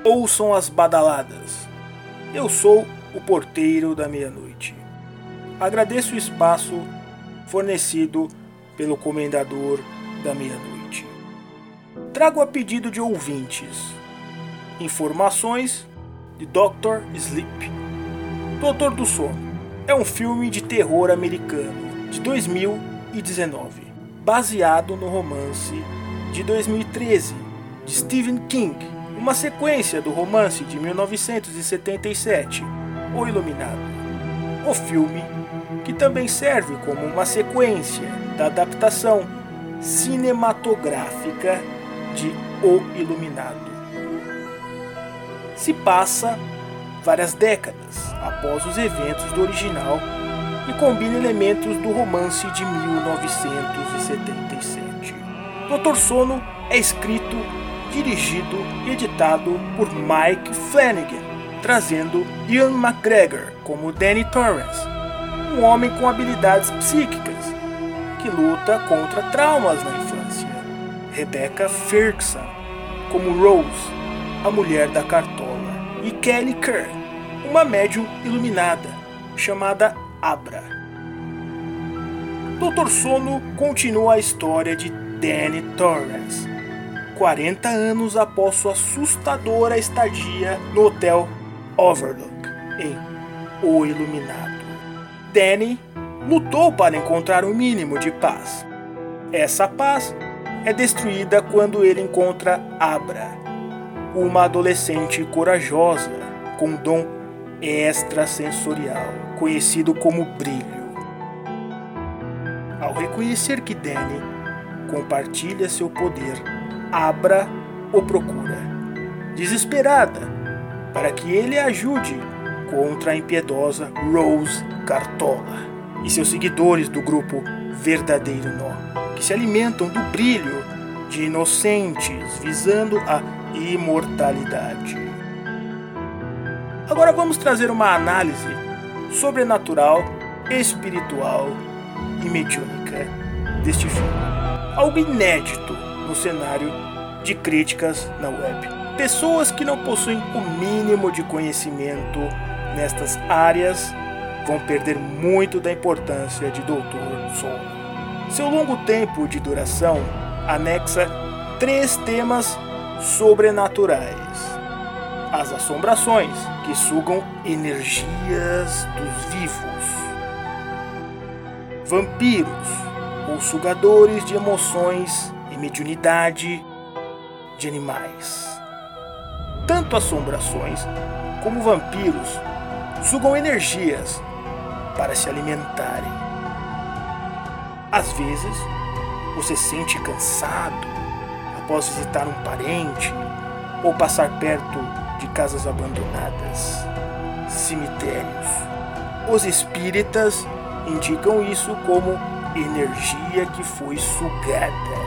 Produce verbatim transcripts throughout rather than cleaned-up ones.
ouçam as badaladas. Eu sou o porteiro da meia-noite. Agradeço o espaço fornecido pelo comendador da meia-noite. Trago a pedido de ouvintes informações de doutor Sleep. Doutor do Sono é um filme de terror americano de dois mil e dezenove, baseado no romance de dois mil e treze de Stephen King, uma sequência do romance de mil novecentos e setenta e sete, O Iluminado. O filme, que também serve como uma sequência da adaptação cinematográfica de O Iluminado, se passa várias décadas após os eventos do original e combina elementos do romance de mil novecentos e setenta e sete. doutor Sono é escrito, dirigido e editado por Mike Flanagan, trazendo Ewan McGregor como Danny Torrance, um homem com habilidades psíquicas que luta contra traumas na infância. Rebecca Ferguson como Rose, a mulher da cartola, e Kelly Kerr, uma médium iluminada chamada Abra. doutor Sono continua a história de Danny Torrance, quarenta anos após sua assustadora estadia no Hotel Overlook, em O Iluminado. Danny lutou para encontrar um mínimo de paz. Essa paz é destruída quando ele encontra Abra, uma adolescente corajosa com dom extrasensorial, conhecido como brilho. Ao reconhecer que Danny compartilha seu poder, Abra o procura, desesperada, para que ele a ajude contra a impiedosa Rose Cartola e seus seguidores do grupo Verdadeiro Nó, que se alimentam do brilho de inocentes, visando a imortalidade. Agora vamos trazer uma análise sobrenatural, espiritual e mediúnica deste filme. Algo inédito no cenário de críticas na web. Pessoas que não possuem o mínimo de conhecimento nestas áreas vão perder muito da importância de doutor Sono. Seu longo tempo de duração anexa três temas sobrenaturais: as assombrações, que sugam energias dos vivos; vampiros, ou sugadores de emoções e mediunidade de animais. Tanto assombrações como vampiros sugam energias para se alimentarem. Às vezes, você se sente cansado após visitar um parente ou passar perto de casas abandonadas, cemitérios. Os espíritas indicam isso como energia que foi sugada.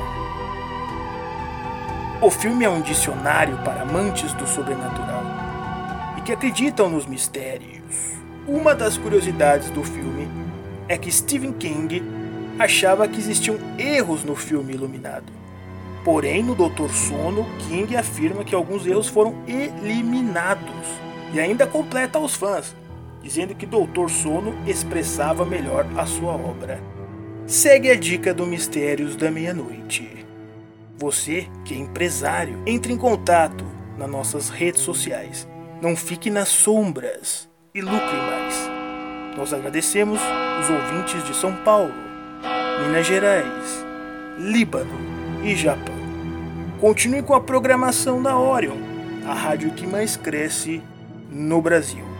O filme é um dicionário para amantes do sobrenatural e que acreditam nos mistérios. Uma das curiosidades do filme é que Stephen King achava que existiam erros no filme Iluminado. Porém, no doutor Sono, King afirma que alguns erros foram eliminados e ainda completa aos fãs, dizendo que doutor Sono expressava melhor a sua obra. Segue a dica do Mistérios da Meia-Noite. Você, que é empresário, entre em contato nas nossas redes sociais. Não fique nas sombras e lucre mais. Nós agradecemos os ouvintes de São Paulo, Minas Gerais, Líbano e Japão. Continue com a programação da Orion, a rádio que mais cresce no Brasil.